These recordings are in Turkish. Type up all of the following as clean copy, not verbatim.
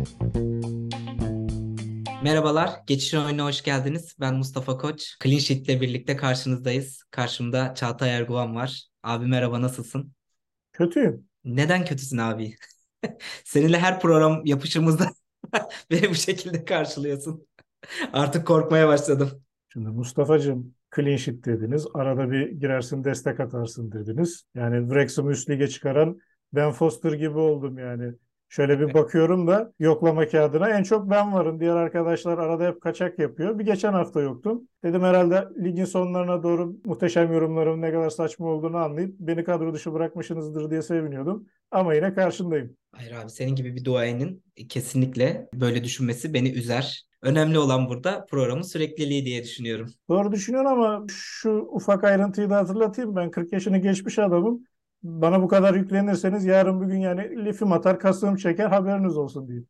Merhabalar, Geçiş Oyununa hoş geldiniz. Ben Mustafa Koç. Clean Sheet'le birlikte karşınızdayız. Karşımda Çağatay Erguvan var. Abi merhaba, nasılsın? Kötüyüm. Neden kötüsün abi? Seninle her program yapışımızda beni bu şekilde karşılıyorsun. Artık korkmaya başladım. Şimdi Mustafa'cığım clean sheet dediniz. Arada bir girersin destek atarsın dediniz. Yani Wrexham'ı üst lige çıkaran Ben Foster gibi oldum yani. Şöyle bir bakıyorum da yoklama kağıdına en çok ben varım. Diğer arkadaşlar arada hep kaçak yapıyor. Bir geçen hafta yoktum. Dedim herhalde ligin sonlarına doğru muhteşem yorumlarımın ne kadar saçma olduğunu anlayıp beni kadro dışı bırakmışsınızdır diye seviniyordum. Ama yine karşındayım. Hayır abi, senin gibi bir duayenin kesinlikle böyle düşünmesi beni üzer. Önemli olan burada programın sürekliliği diye düşünüyorum. Doğru düşünüyorsun ama şu ufak ayrıntıyı da hatırlatayım. Ben 40 yaşını geçmiş adamım. Bana bu kadar yüklenirseniz yarın bugün yani lifim atar, kasığım çeker haberiniz olsun diyeyim.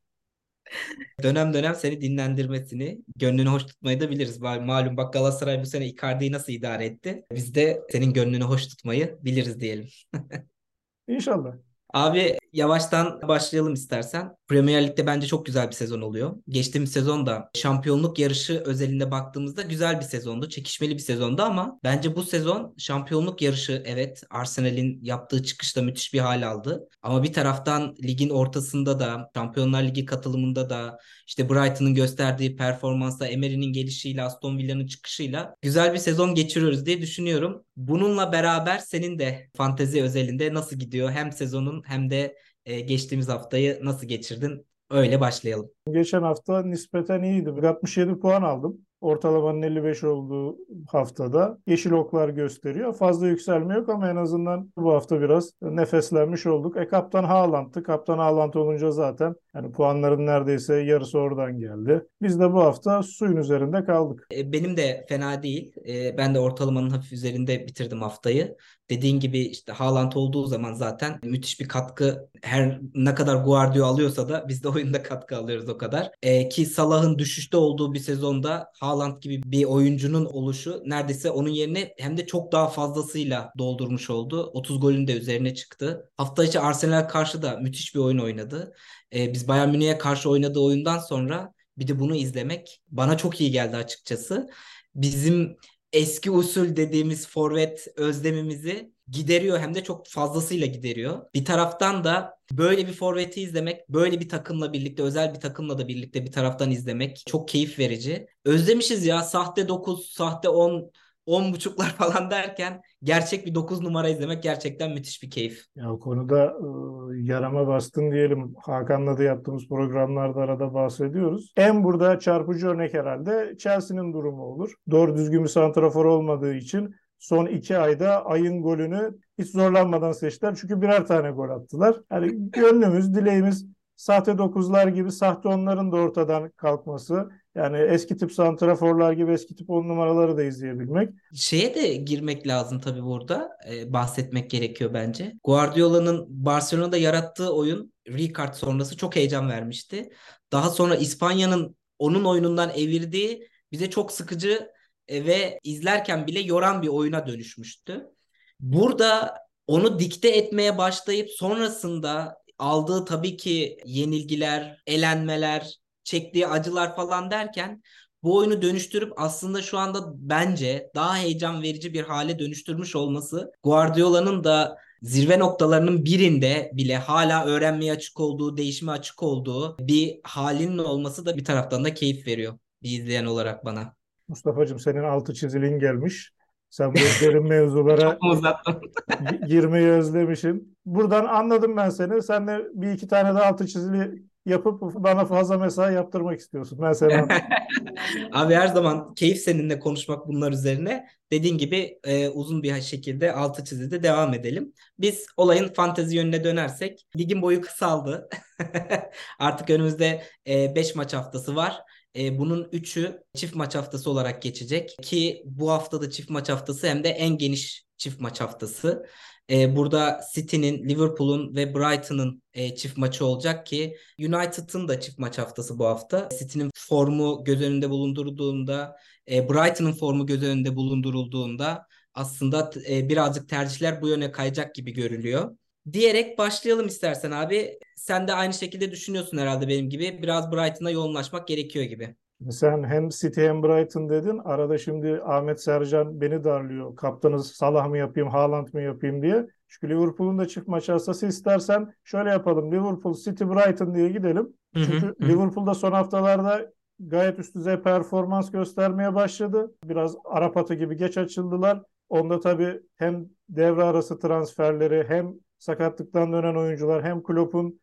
Dönem dönem seni dinlendirmesini, gönlünü hoş tutmayı da biliriz. Malum bak, Galatasaray bu sene Icardi'yi nasıl idare etti? Biz de senin gönlünü hoş tutmayı biliriz diyelim. İnşallah. Abi yavaştan başlayalım istersen. Premier Lig'de bence çok güzel bir sezon oluyor. Geçtiğimiz sezon da şampiyonluk yarışı özelinde baktığımızda güzel bir sezondu. Çekişmeli bir sezondu ama bence bu sezon şampiyonluk yarışı, evet, Arsenal'in yaptığı çıkışta müthiş bir hal aldı. Ama bir taraftan ligin ortasında da Şampiyonlar Ligi katılımında da işte Brighton'ın gösterdiği performansla, Emery'nin gelişiyle, Aston Villa'nın çıkışıyla güzel bir sezon geçiriyoruz diye düşünüyorum. Bununla beraber senin de fantezi özelinde nasıl gidiyor? Hem sezonun hem de geçtiğimiz haftayı nasıl geçirdin? Öyle başlayalım. Geçen hafta nispeten iyiydi. Bir 67 puan aldım. Ortalamanın 55 olduğu haftada. Yeşil oklar gösteriyor. Fazla yükselme yok ama en azından bu hafta biraz nefeslenmiş olduk. Kaptan Haaland'tı. Kaptan Haaland olunca zaten yani puanların neredeyse yarısı oradan geldi. Biz de bu hafta suyun üzerinde kaldık. Benim de fena değil. Ben de ortalamanın hafif üzerinde bitirdim haftayı. Dediğin gibi işte Haaland olduğu zaman zaten müthiş bir katkı. Her ne kadar Guardiola alıyorsa da biz de oyunda katkı alıyoruz o kadar. Ki Salah'ın düşüşte olduğu bir sezonda Haaland gibi bir oyuncunun oluşu neredeyse onun yerine hem de çok daha fazlasıyla doldurmuş oldu. 30 golün de üzerine çıktı. Hafta içi Arsenal karşı da müthiş bir oyun oynadı. Biz Bayern Münih'e karşı oynadığı oyundan sonra bir de bunu izlemek bana çok iyi geldi açıkçası. Bizim eski usul dediğimiz forvet özlemimizi gideriyor, hem de çok fazlasıyla gideriyor. Bir taraftan da böyle bir forveti izlemek, böyle bir takımla birlikte, özel bir takımla da birlikte bir taraftan izlemek çok keyif verici. Özlemişiz ya, sahte 9, sahte 10, 10 buçuklar falan derken gerçek bir 9 numara izlemek gerçekten müthiş bir keyif. Ya o konuda yarama bastın diyelim. Hakan'la da yaptığımız programlarda arada bahsediyoruz. En burada çarpıcı örnek herhalde Chelsea'nin durumu olur. Doğru düzgün bir santrafor olmadığı için son 2 ayda ayın golünü hiç zorlanmadan seçtiler. Çünkü birer tane gol attılar. Yani gönlümüz, dileğimiz sahte dokuzlar gibi sahte onların da ortadan kalkması. Yani eski tip santraforlar gibi eski tip 10 numaraları da izleyebilmek. Şeye de girmek lazım tabii burada. Bahsetmek gerekiyor bence. Guardiola'nın Barcelona'da yarattığı oyun Rijkaard sonrası çok heyecan vermişti. Daha sonra İspanya'nın onun oyunundan evirdiği bize çok sıkıcı ve izlerken bile yoran bir oyuna dönüşmüştü. Burada onu dikte etmeye başlayıp sonrasında aldığı tabii ki yenilgiler, elenmeler, çektiği acılar falan derken bu oyunu dönüştürüp aslında şu anda bence daha heyecan verici bir hale dönüştürmüş olması, Guardiola'nın da zirve noktalarının birinde bile hala öğrenmeye açık olduğu, değişime açık olduğu bir halinin olması da bir taraftan da keyif veriyor bir izleyen olarak bana. Mustafa'cığım senin altı çizilin gelmiş. Sen bu derin mevzulara Çok mu uzattım? girmeyi özlemişsin. Buradan anladım ben seni. Sen de bir iki tane de altı çizili yapıp bana fazla mesai yaptırmak istiyorsun. Ben seni anladım. Abi her zaman keyif seninle konuşmak bunlar üzerine. Dediğin gibi uzun bir şekilde altı çizide devam edelim. Biz olayın fantezi yönüne dönersek ligin boyu kısaldı. Artık önümüzde 5 maç haftası var. Bunun üçü çift maç haftası olarak geçecek ki bu haftada çift maç haftası hem de en geniş çift maç haftası. Burada City'nin, Liverpool'un ve Brighton'ın çift maçı olacak ki United'ın da çift maç haftası bu hafta. City'nin formu göz önünde bulundurulduğunda, Brighton'ın formu göz önünde bulundurulduğunda aslında birazcık tercihler bu yöne kayacak gibi görülüyor. diyerek başlayalım istersen abi. Sen de aynı şekilde düşünüyorsun herhalde benim gibi. Biraz Brighton'a yoğunlaşmak gerekiyor gibi. Sen hem City hem Brighton dedin. Arada şimdi Ahmet Sercan beni darlıyor. Kaptanı Salah mı yapayım, Haaland mı yapayım diye. Çünkü Liverpool'un da çift maç hastası, istersen şöyle yapalım. Liverpool, City, Brighton diye gidelim. Hı hı, Çünkü hı hı. Liverpool'da son haftalarda gayet üst düzey performans göstermeye başladı. Biraz Arap atı gibi geç açıldılar. Onda tabii hem devre arası transferleri, hem sakatlıktan dönen oyuncular, hem Klopp'un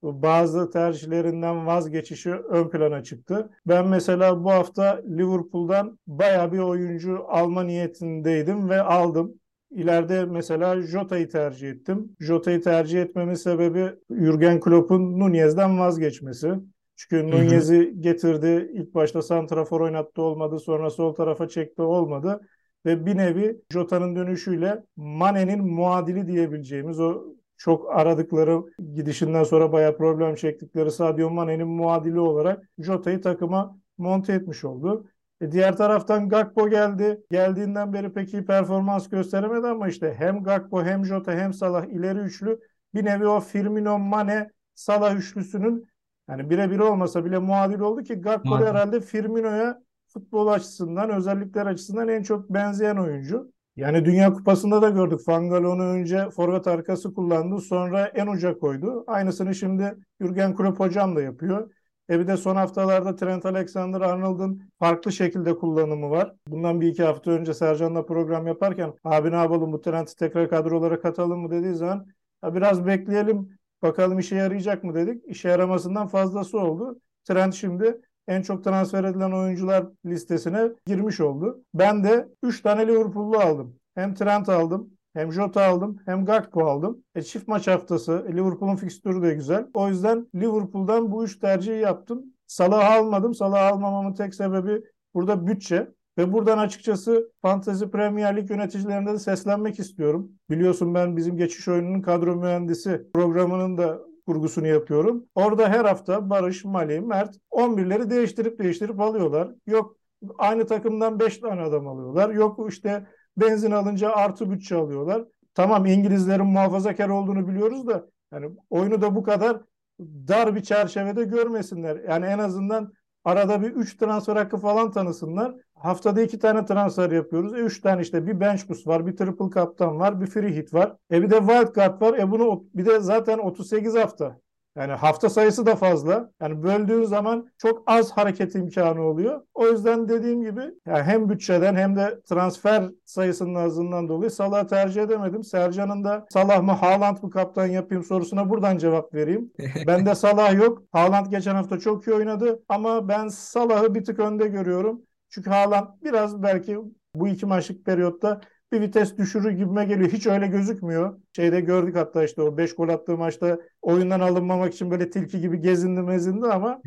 bazı tercihlerinden vazgeçişi ön plana çıktı. Ben mesela bu hafta Liverpool'dan bayağı bir oyuncu alma niyetindeydim ve aldım. İleride mesela Jota'yı tercih ettim. Jota'yı tercih etmemin sebebi Jürgen Klopp'un Nunez'den vazgeçmesi. Çünkü Hı hı. Nunez'i getirdi. İlk başta santrafor oynattı, olmadı. Sonra sol tarafa çekti, olmadı. Ve bir nevi Jota'nın dönüşüyle Mane'nin muadili diyebileceğimiz, o çok aradıkları, gidişinden sonra bayağı problem çektikleri Sadio Mane'nin muadili olarak Jota'yı takıma monte etmiş oldu. Diğer taraftan Gakpo geldi. Geldiğinden beri pek iyi performans gösteremedi ama işte hem Gakpo hem Jota hem Salah ileri üçlü bir nevi o Firmino, Mane, Salah üçlüsünün yani birebir olmasa bile muadil oldu ki Gakpo da Muhakkak. herhalde Firmino'ya futbol açısından, özellikler açısından en çok benzeyen oyuncu. Yani Dünya Kupası'nda da gördük. Van Gaal onu önce forvet arkası kullandı. Sonra en uca koydu. Aynısını şimdi Jürgen Klopp hocam da yapıyor. Bir de son haftalarda Trent Alexander-Arnold'un farklı şekilde kullanımı var. Bundan bir iki hafta önce Sercan'la program yaparken abi ne yapalım, bu Trent'i tekrar kadrolara katalım mı dediği zaman biraz bekleyelim bakalım işe yarayacak mı dedik. İşe yaramasından fazlası oldu. Trent şimdi en çok transfer edilen oyuncular listesine girmiş oldu. Ben de 3 tane Liverpool'lu aldım. Hem Trent aldım, hem Jota aldım, hem Gakpo aldım. Çift maç haftası. Liverpool'un fikstürü de güzel. O yüzden Liverpool'dan bu üç tercihi yaptım. Salah'ı almadım. Salah'ı almamamın tek sebebi burada bütçe. Ve buradan açıkçası Fantasy Premier Lig yöneticilerine de seslenmek istiyorum. Biliyorsun ben bizim geçiş oyununun kadro mühendisi programının da kurgusunu yapıyorum. Orada her hafta Barış, Mali, Mert 11'leri değiştirip alıyorlar. Yok aynı takımdan 5 tane adam alıyorlar. Yok işte benzin alınca artı bütçe alıyorlar. Tamam, İngilizlerin muhafazakar olduğunu biliyoruz da yani oyunu da bu kadar dar bir çerçevede görmesinler. Yani en azından arada bir 3 transfer hakkı falan tanısınlar. Haftada 2 tane transfer yapıyoruz. 3 tane işte, bir bench boost var, bir triple captain var, bir free hit var. Bir de wild card var. Bunu bir de zaten 38 hafta. Yani hafta sayısı da fazla. Yani böldüğün zaman çok az hareket imkanı oluyor. O yüzden dediğim gibi yani hem bütçeden hem de transfer sayısının azından dolayı Salah'ı tercih edemedim. Sercan'ın da Salah mı Haaland mı kaptan yapayım sorusuna buradan cevap vereyim. Bende Salah yok. Haaland geçen hafta çok iyi oynadı ama ben Salah'ı bir tık önde görüyorum. Çünkü Haaland biraz belki bu iki maçlık periyotta bir vites düşürür gibime geliyor. Hiç öyle gözükmüyor. Şeyde gördük hatta, işte o 5 gol attığı maçta oyundan alınmamak için böyle tilki gibi gezindi mezindi ama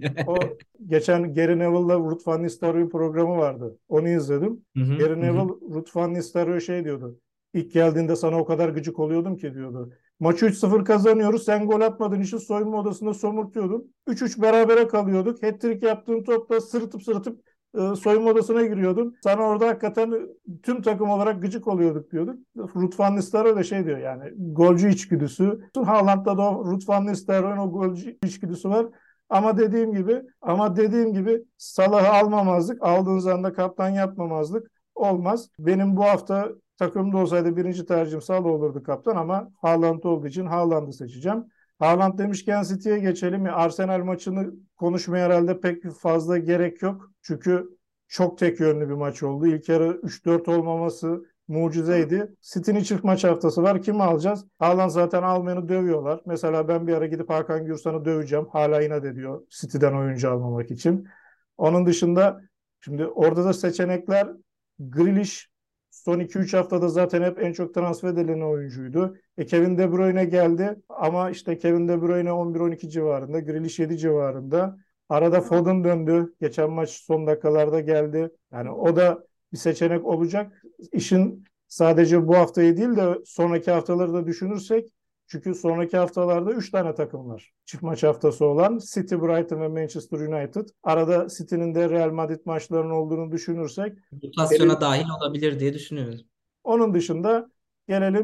o geçen Gary Neville'la Ruud van Nistelrooy'un programı vardı. Onu izledim. Hı hı, Gary hı hı. Neville Ruud van Nistelrooy şey diyordu. İlk geldiğinde sana o kadar gıcık oluyordum ki diyordu. Maçı 3-0 kazanıyoruz. Sen gol atmadığın için soyunma odasında somurtuyordun. 3-3 berabere kalıyorduk. Hat-trick yaptığın topla sırıtıp soyunma odasına giriyordun. Sana orada hakikaten tüm takım olarak gıcık oluyorduk diyorduk. Ruud van Nistelrooy da şey diyor yani, golcü içgüdüsü. Haaland'da da o Ruud van Nistelrooy'un o golcü içgüdüsü var. Ama dediğim gibi Salah'ı almamazlık, aldığınız anda kaptan yapmamazlık olmaz. Benim bu hafta takımda olsaydı birinci tercihim Salah olurdu kaptan ama Haaland olduğu için Haaland'ı seçeceğim. Haaland demişken City'ye geçelim. Arsenal maçını konuşmaya herhalde pek fazla gerek yok. Çünkü çok tek yönlü bir maç oldu. İlk yarı 3-4 olmaması mucizeydi. City'nin çift maç haftası var. Kimi alacağız? Haaland zaten almayanı dövüyorlar. Mesela ben bir ara gidip Hakan Gürsan'ı döveceğim. Hala inat ediyor City'den oyuncu almamak için. Onun dışında şimdi orada da seçenekler Grealish son 2-3 haftada zaten hep en çok transfer edilen oyuncuydu. Kevin De Bruyne geldi ama işte Kevin De Bruyne 11-12 civarında, Grealish 7 civarında. Arada Foden döndü. Geçen maç son dakikalarda geldi. Yani o da bir seçenek olacak. İşin sadece bu haftayı değil de sonraki haftaları da düşünürsek, çünkü sonraki haftalarda 3 tane takım var. Çift maç haftası olan City, Brighton ve Manchester United. Arada City'nin de Real Madrid maçlarının olduğunu düşünürsek Mutasyona benim dahil olabilir diye düşünüyoruz. onun dışında gelelim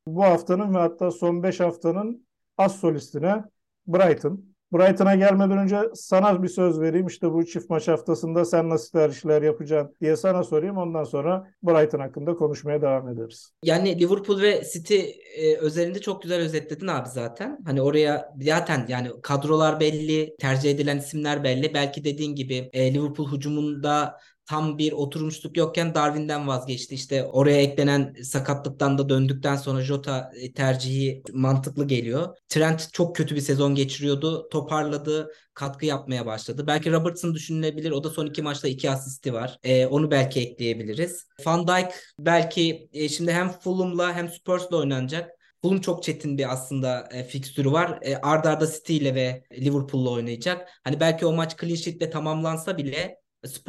Bu haftanın ve hatta son 5 haftanın as solistine Brighton. Brighton'a gelmeden önce sana bir söz vereyim. İşte bu çift maç haftasında sen nasıl tercihler yapacaksın diye sana sorayım. Ondan sonra Brighton hakkında konuşmaya devam ederiz. Yani Liverpool ve City özelinde çok güzel özetledin abi zaten. Hani oraya zaten yani kadrolar belli, tercih edilen isimler belli. Belki dediğin gibi Liverpool hücumunda tam bir oturmuşluk yokken Darwin'den vazgeçti. İşte oraya eklenen sakatlıktan da döndükten sonra Jota tercihi mantıklı geliyor. Trent çok kötü bir sezon geçiriyordu. Toparladı, katkı yapmaya başladı. Belki Robertson düşünülebilir. O da son 2 maçta 2 asisti var. Onu belki ekleyebiliriz. Van Dijk belki şimdi hem Fulham'la hem Spurs'la oynanacak. Fulham çok çetin bir aslında fikstürü var. Arda arda City ile ve Liverpool'la oynayacak. Hani belki o maç clean sheet'le tamamlansa bile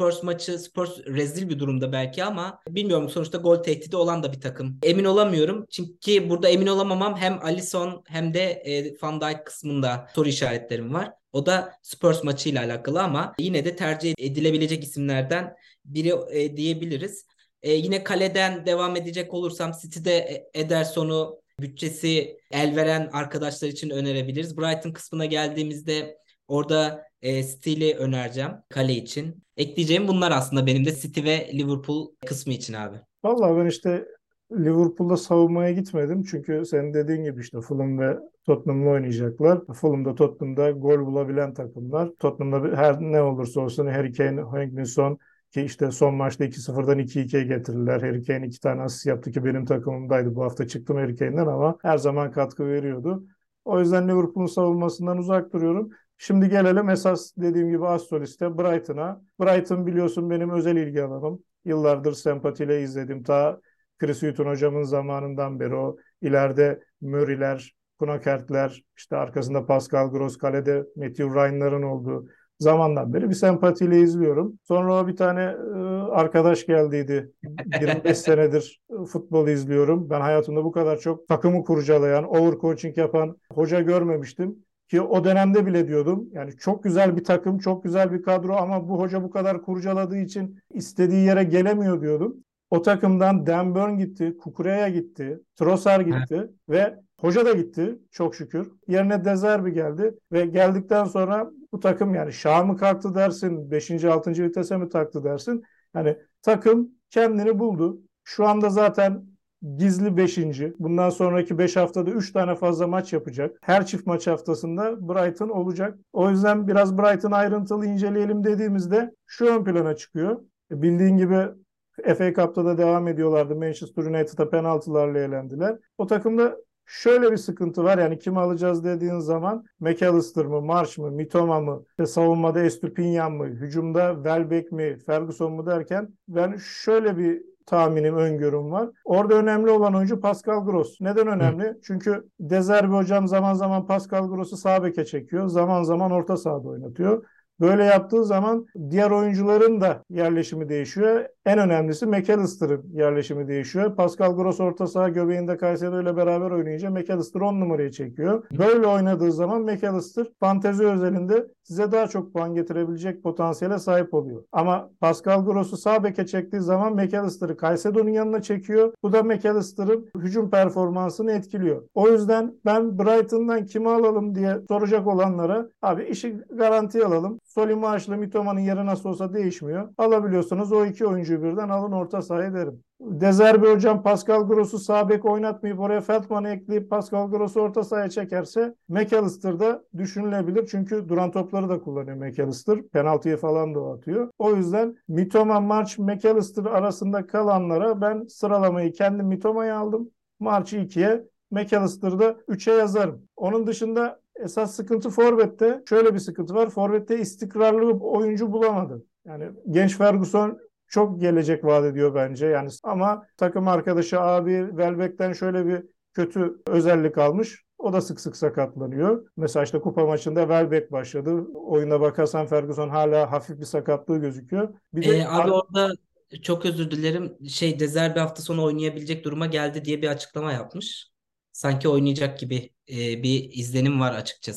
Spurs rezil bir durumda belki ama bilmiyorum, sonuçta gol tehdidi olan da bir takım. Emin olamıyorum. Çünkü burada emin olamamam hem Alisson hem de Van Dijk kısmında soru işaretlerim var. O da Spurs maçıyla alakalı ama yine de tercih edilebilecek isimlerden biri diyebiliriz. Yine kaleden devam edecek olursam City'de Ederson'u bütçesi el veren arkadaşlar için önerebiliriz. Brighton kısmına geldiğimizde orada Steele'i önereceğim kale için. Ekleyeceğim bunlar aslında benim de City ve Liverpool kısmı için abi. Vallahi ben işte Liverpool'da savunmaya gitmedim. Çünkü senin dediğin gibi işte Fulham ve Tottenham'la oynayacaklar. Fulham'da Tottenham'da gol bulabilen takımlar. Tottenham'da her ne olursa olsun Harry Kane, Heung-min Son ki işte son maçta 2-0'dan 2-2'ye getirdiler. Harry Kane 2 tane asist yaptı ki benim takımımdaydı. Bu hafta çıktım Harry Kane'den ama her zaman katkı veriyordu. O yüzden Liverpool'un savunmasından uzak duruyorum. Şimdi gelelim esas dediğim gibi az soliste Brighton'a. Brighton biliyorsun benim özel ilgi alanım. Yıllardır sempatiyle izledim. Ta Chris Hughton hocamın zamanından beri o ileride Murray'ler, Knokert'ler, işte arkasında Pascal Gross, kalede Matthew Ryan'ların olduğu zamandan beri bir sempatiyle izliyorum. Sonra o bir tane arkadaş geldiydi. 25 senedir futbol izliyorum. Ben hayatımda bu kadar çok takımı kurcalayan, overcoaching yapan hoca görmemiştim. Ki o dönemde bile diyordum yani çok güzel bir takım, çok güzel bir kadro ama bu hoca bu kadar kurcaladığı için istediği yere gelemiyor diyordum. O takımdan Dan Burn gitti, Kukureya gitti, Trossard gitti ve hoca da gitti çok şükür. Yerine De Zerbi geldi ve geldikten sonra bu takım yani şaha mı kalktı dersin, 5. 6. vitese mi taktı dersin. Yani takım kendini buldu. Şu anda zaten gizli beşinci. Bundan sonraki 5 haftada 3 tane fazla maç yapacak. Her çift maç haftasında Brighton olacak. O yüzden biraz Brighton ayrıntılı inceleyelim dediğimizde şu ön plana çıkıyor. Bildiğin gibi FA Cup'ta da devam ediyorlardı. Manchester United'a penaltılarla elendiler. O takımda şöyle bir sıkıntı var. Yani kimi alacağız dediğin zaman McAllister mı, Marsh mı, Mitoma mı, işte savunmada Estupiñán mı, hücumda Welbeck mi, Ferguson mu derken ben şöyle bir tahminim, öngörüm var. Orada önemli olan oyuncu Pascal Gross. Neden Hı. önemli? Çünkü De Zerbi hocam zaman zaman Pascal Gross'u sağ beke çekiyor. Zaman zaman orta sahada oynatıyor. Böyle yaptığı zaman diğer oyuncuların da yerleşimi değişiyor. En önemlisi McAllister'ın yerleşimi değişiyor. Pascal Gross orta saha göbeğinde Caicedo ile beraber oynayınca McAllister 10 numarayı çekiyor. Böyle oynadığı zaman McAllister fantezi özelinde size daha çok puan getirebilecek potansiyele sahip oluyor. Ama Pascal Gross'u sağ beke çektiği zaman McAllister'ı Caicedo'nun yanına çekiyor. Bu da McAllister'ın hücum performansını etkiliyor. O yüzden ben Brighton'dan kimi alalım diye soracak olanlara abi işi garantiye alalım. Solly Marsh'la Mitoma'nın yeri nasıl olsa değişmiyor. Alabiliyorsanız o iki oyuncuyu birden alın orta sahaya derim. De Zerbi hocam Pascal Gross'u sağ bek oynatmayıp oraya Feldman'ı ekleyip Pascal Gross'u orta sahaya çekerse McAllister da düşünülebilir. Çünkü duran topları da kullanıyor McAllister. Penaltıyı falan da atıyor. O yüzden Mitoma, March, McAllister arasında kalanlara ben sıralamayı kendim Mitoma'ya aldım. March'ı 2'ye, McAllister'da 3'e yazarım. Onun dışında esas sıkıntı forvette. Şöyle bir sıkıntı var. Forvette istikrarlı bir oyuncu bulamadı. Yani genç Ferguson çok gelecek vaat ediyor bence. Yani ama takım arkadaşı abi Welbeck'ten şöyle bir kötü özellik almış. O da sık sık sakatlanıyor. Mesela işte kupa maçında Welbeck başladı. Oyuna bakarsan Ferguson hala hafif bir sakatlığı gözüküyor. Bir de Abi orada çok özür dilerim. De Zerbi hafta sonu oynayabilecek duruma geldi diye bir açıklama yapmış. Sanki oynayacak gibi bir izlenim var açıkçası.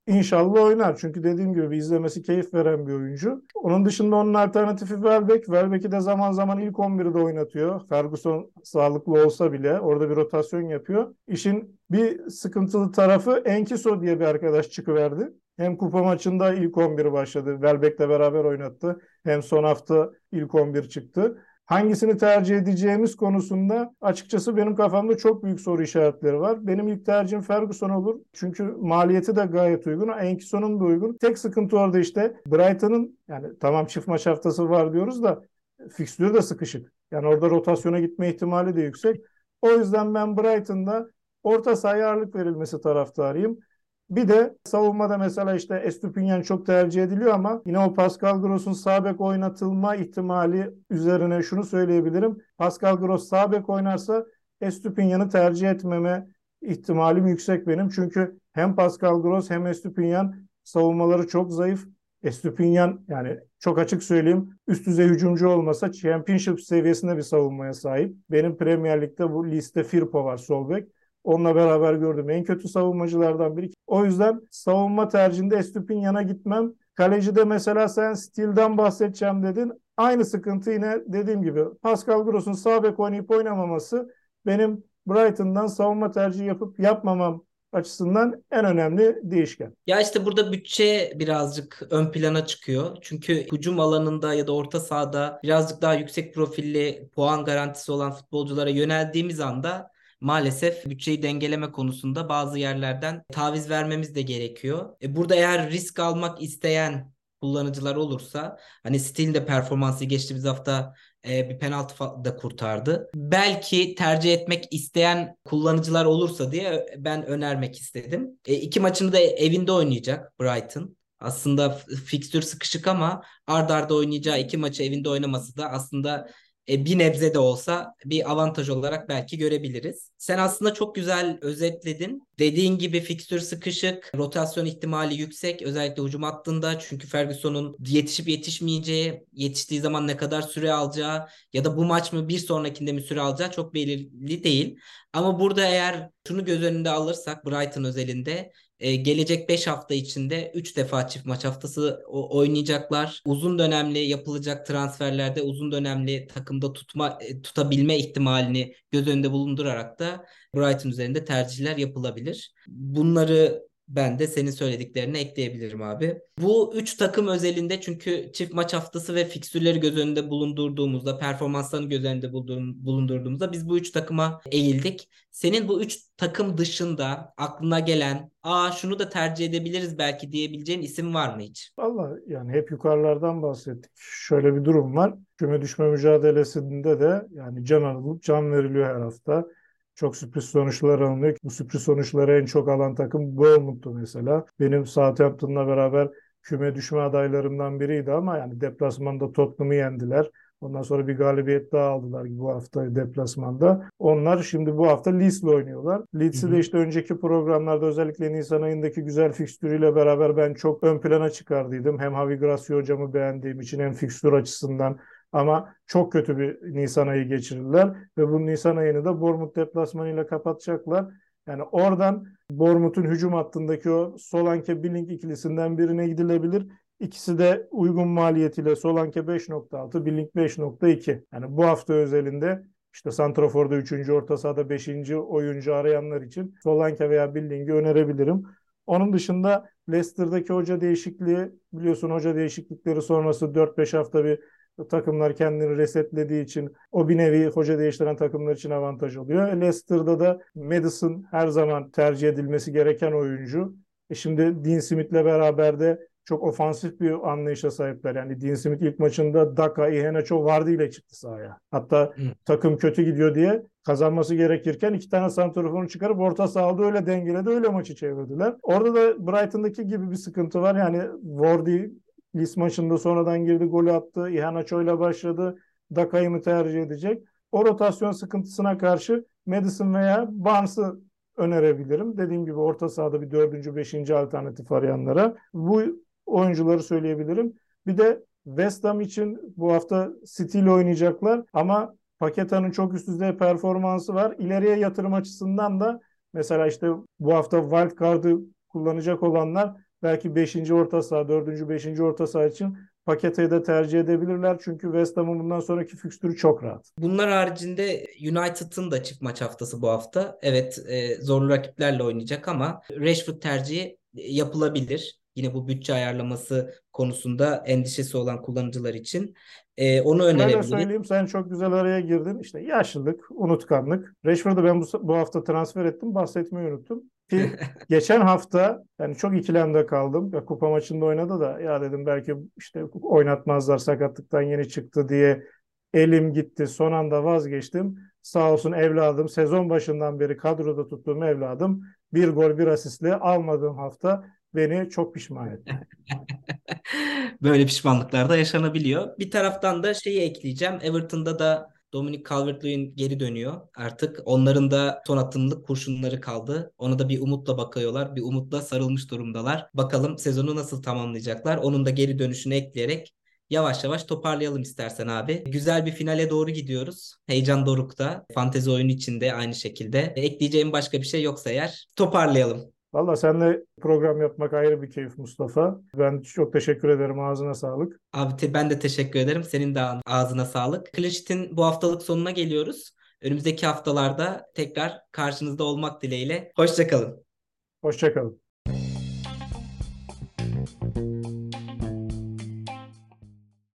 İnşallah oynar. Çünkü dediğim gibi izlemesi keyif veren bir oyuncu. Onun dışında onun alternatifi Welbeck. Welbeck'i de zaman zaman ilk 11'de oynatıyor. Ferguson sağlıklı olsa bile orada bir rotasyon yapıyor. İşin bir sıkıntılı tarafı Enkiso diye bir arkadaş çıkıverdi. Hem kupa maçında ilk 11 başladı. Welbeck'le beraber oynattı. Hem son hafta ilk 11 çıktı. Hangisini tercih edeceğimiz konusunda açıkçası benim kafamda çok büyük soru işaretleri var. Benim ilk tercihim Ferguson olur. Çünkü maliyeti de gayet uygun. Enkison'un da uygun. Tek sıkıntı orada işte Brighton'ın, yani tamam çift maç haftası var diyoruz da fikstürü de sıkışık. Yani orada rotasyona gitme ihtimali de yüksek. O yüzden ben Brighton'da orta sahaya ağırlık verilmesi taraftarıyım. Bir de savunmada mesela işte Estupiñán çok tercih ediliyor ama yine o Pascal Gross'un sağ bek oynatılma ihtimali üzerine şunu söyleyebilirim. Pascal Gross sağ bek oynarsa Estupiñán'ı tercih etmeme ihtimalim yüksek benim. Çünkü hem Pascal Gross hem Estupiñán savunmaları çok zayıf. Estupiñán, yani çok açık söyleyeyim, üst düzey hücumcu olmasa Championship seviyesinde bir savunmaya sahip. Benim Premier Lig'de bu liste Firpo var sol bek. Onunla beraber gördüm en kötü savunmacılardan biri. O yüzden savunma tercihinde Estupiñán'a gitmem. Kalecide mesela sen Steele'den bahsedeceğim dedin. Aynı sıkıntı yine dediğim gibi Pascal Gross'un sağ bek oynayıp oynamaması benim Brighton'dan savunma tercihi yapıp yapmamam açısından en önemli değişken. Ya işte burada bütçe birazcık ön plana çıkıyor. Çünkü hücum alanında ya da orta sahada birazcık daha yüksek profilli puan garantisi olan futbolculara yöneldiğimiz anda maalesef bütçeyi dengeleme konusunda bazı yerlerden taviz vermemiz de gerekiyor. Burada eğer risk almak isteyen kullanıcılar olursa, hani Steele de performansı geçtiğimiz hafta bir penaltı da kurtardı. Belki tercih etmek isteyen kullanıcılar olursa diye ben önermek istedim. İki maçını da evinde oynayacak Brighton. Aslında fikstür sıkışık ama ard arda oynayacağı iki maçı evinde oynaması da aslında bir nebze de olsa bir avantaj olarak belki görebiliriz. Sen aslında çok güzel özetledin. Dediğin gibi fikstür sıkışık, rotasyon ihtimali yüksek özellikle hücum hattında. Çünkü Ferguson'un yetişip yetişmeyeceği, yetiştiği zaman ne kadar süre alacağı ya da bu maç mı bir sonrakinde mi süre alacağı çok belirli değil. Ama burada eğer şunu göz önünde alırsak Brighton özelinde gelecek 5 hafta içinde 3 defa çift maç haftası oynayacaklar. Uzun dönemli yapılacak transferlerde uzun dönemli takımda tutabilme ihtimalini göz önünde bulundurarak da Brighton üzerinde tercihler yapılabilir. Bunları ben de senin söylediklerine ekleyebilirim abi. Bu üç takım özelinde çünkü çift maç haftası ve fikstürleri göz önünde bulundurduğumuzda, performanslarını göz önünde bulundurduğumuzda biz bu üç takıma eğildik. Senin bu üç takım dışında aklına gelen, şunu da tercih edebiliriz belki diyebileceğin isim var mı hiç? Valla yani hep yukarılardan bahsettik. Şöyle bir durum var. Küme düşme mücadelesinde de yani can alıp can veriliyor her hafta. Çok sürpriz sonuçlar alınıyor. Bu sürpriz sonuçları en çok alan takım Bournemouth'tu mesela. Benim Southampton'la beraber küme düşme adaylarımdan biriydi ama yani deplasmanda Tottenham'ı yendiler. Ondan sonra bir galibiyet daha aldılar bu hafta deplasmanda. Onlar şimdi bu hafta Leeds'le oynuyorlar. Hı Leeds'i de hı. işte önceki programlarda özellikle Nisan ayındaki güzel fikstürüyle beraber ben çok ön plana çıkardıydım. Hem Javi Gracia hocamı beğendiğim için hem fikstür açısından, ama çok kötü bir Nisan ayı geçirdiler ve bu Nisan ayını da Bournemouth deplasmanıyla kapatacaklar. Yani oradan Bournemouth'un hücum hattındaki o Solanke Billing ikilisinden birine gidilebilir. İkisi de uygun maliyetiyle Solanke 5.6, Billing 5.2. Yani bu hafta özelinde işte santraforda 3. orta sahada 5. oyuncu arayanlar için Solanke veya Billing'i önerebilirim. Onun dışında Leicester'daki hoca değişikliği, biliyorsun hoca değişiklikleri sonrası 4-5 hafta bir takımlar kendini resetlediği için o bir nevi hoca değiştiren takımlar için avantaj oluyor. Leicester'da da Maddison her zaman tercih edilmesi gereken oyuncu. Şimdi Dean Smith'le beraber de çok ofansif bir anlayışa sahipler. Yani Dean Smith ilk maçında Daka, Iheanacho, Vardy ile çıktı sahaya. Hatta Hı. takım kötü gidiyor diye kazanması gerekirken iki tane santraforunu çıkarıp orta sahada öyle dengeledi, öyle maçı çevirdiler. Orada da Brighton'daki gibi bir sıkıntı var. Yani Vardy Leeds maçında sonradan girdi, golü attı. Iheanacho ile başladı. Daka'yı mı tercih edecek? O rotasyon sıkıntısına karşı Maddison veya Barnes'ı önerebilirim. Dediğim gibi orta sahada bir dördüncü, beşinci alternatif arayanlara. Bu oyuncuları söyleyebilirim. Bir de West Ham için bu hafta City ile oynayacaklar ama Paqueta'nın çok üst düzey performansı var. İleriye yatırım açısından da mesela işte bu hafta wild card'ı kullanacak olanlar belki beşinci orta saha, dördüncü beşinci orta saha için Pakete'yi de tercih edebilirler. Çünkü West Ham'ın bundan sonraki fikstürü çok rahat. Bunlar haricinde United'ın da çift maç haftası bu hafta. Evet, zorlu rakiplerle oynayacak ama Rashford tercihi yapılabilir. Yine bu bütçe ayarlaması konusunda endişesi olan kullanıcılar için. Onu Şöyle önerebiliriz. söyleyeyim, sen çok güzel araya girdin. İşte yaşlılık, unutkanlık. Rashford'u ben bu hafta transfer ettim. Bahsetmeyi unuttum. Ki geçen hafta yani çok ikilemde kaldım. Ya, kupa maçında oynadı da ya dedim belki işte oynatmazlar, sakatlıktan yeni çıktı diye elim gitti. Son anda vazgeçtim. Sağ olsun evladım, sezon başından beri kadroda tuttuğum evladım bir gol bir asistle almadığım hafta beni çok pişman etti. Böyle pişmanlıklar da yaşanabiliyor. Bir taraftan da şeyi ekleyeceğim. Everton'da da Dominic Calvert-Lewin geri dönüyor artık. Onların da son atımlık kurşunları kaldı. Ona da bir umutla bakıyorlar. Bir umutla sarılmış durumdalar. Bakalım sezonu nasıl tamamlayacaklar. Onun da geri dönüşünü ekleyerek yavaş yavaş toparlayalım istersen abi. Güzel bir finale doğru gidiyoruz. Heyecan dorukta. Fantezi oyunu içinde aynı şekilde. Ekleyeceğim başka bir şey yoksa eğer toparlayalım. Valla seninle program yapmak ayrı bir keyif Mustafa. Ben çok teşekkür ederim. Ağzına sağlık. Abi ben de teşekkür ederim. Senin de ağzına sağlık. Clean Sheet'in bu haftalık sonuna geliyoruz. Önümüzdeki haftalarda tekrar karşınızda olmak dileğiyle. Hoşça kalın. Hoşça kalın.